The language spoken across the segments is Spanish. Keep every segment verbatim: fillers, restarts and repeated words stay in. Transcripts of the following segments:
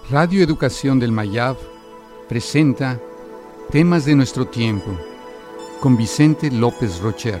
Radio Educación del Mayab presenta Temas de nuestro tiempo con Vicente López Rocher.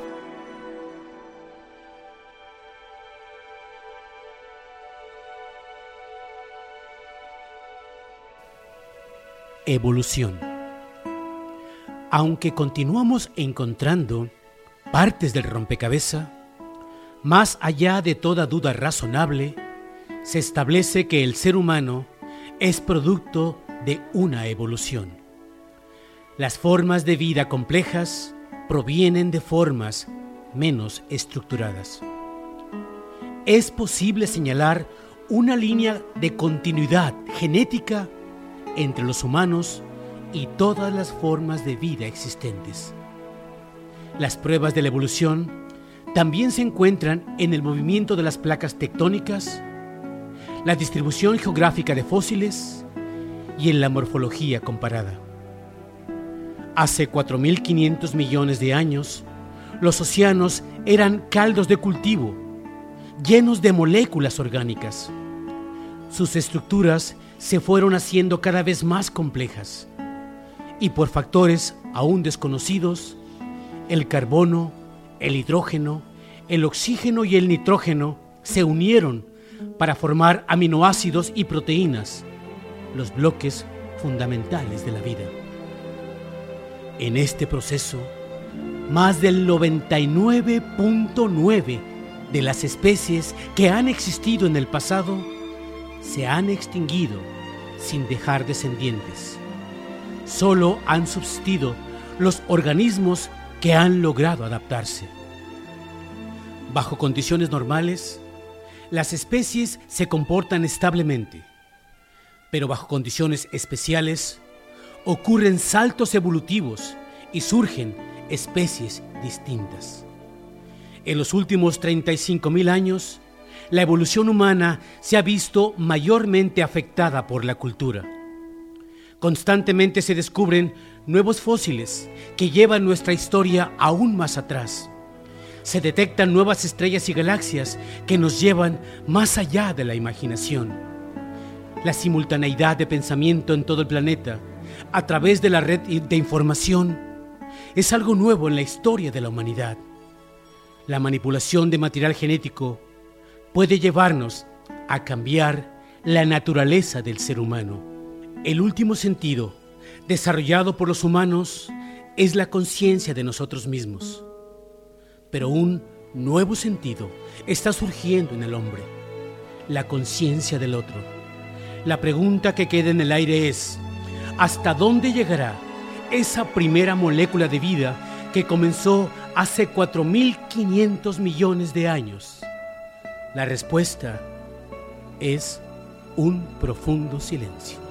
Evolución. Aunque continuamos encontrando partes del rompecabezas, más allá de toda duda razonable, se establece que el ser humano es producto de una evolución. Las formas de vida complejas provienen de formas menos estructuradas. Es posible señalar una línea de continuidad genética entre los humanos y todas las formas de vida existentes. Las pruebas de la evolución también se encuentran en el movimiento de las placas tectónicas, la distribución geográfica de fósiles y en la morfología comparada. Hace cuatro mil quinientos millones de años, los océanos eran caldos de cultivo, llenos de moléculas orgánicas. Sus estructuras se fueron haciendo cada vez más complejas y por factores aún desconocidos, el carbono, el hidrógeno, el oxígeno y el nitrógeno se unieron para formar aminoácidos y proteínas, los bloques fundamentales de la vida. En este proceso, más del noventa y nueve punto nueve de las especies que han existido en el pasado se han extinguido sin dejar descendientes. Solo han subsistido los organismos que han logrado adaptarse. Bajo condiciones normales, las especies se comportan establemente, pero bajo condiciones especiales ocurren saltos evolutivos y surgen especies distintas. En los últimos treinta y cinco mil años, la evolución humana se ha visto mayormente afectada por la cultura. Constantemente se descubren nuevos fósiles que llevan nuestra historia aún más atrás. Se detectan nuevas estrellas y galaxias que nos llevan más allá de la imaginación. La simultaneidad de pensamiento en todo el planeta, a través de la red de información, es algo nuevo en la historia de la humanidad. La manipulación de material genético puede llevarnos a cambiar la naturaleza del ser humano. El último sentido, desarrollado por los humanos, es la conciencia de nosotros mismos. Pero un nuevo sentido está surgiendo en el hombre, la conciencia del otro. La pregunta que queda en el aire es: ¿hasta dónde llegará esa primera molécula de vida que comenzó hace cuatro mil quinientos millones de años? La respuesta es un profundo silencio.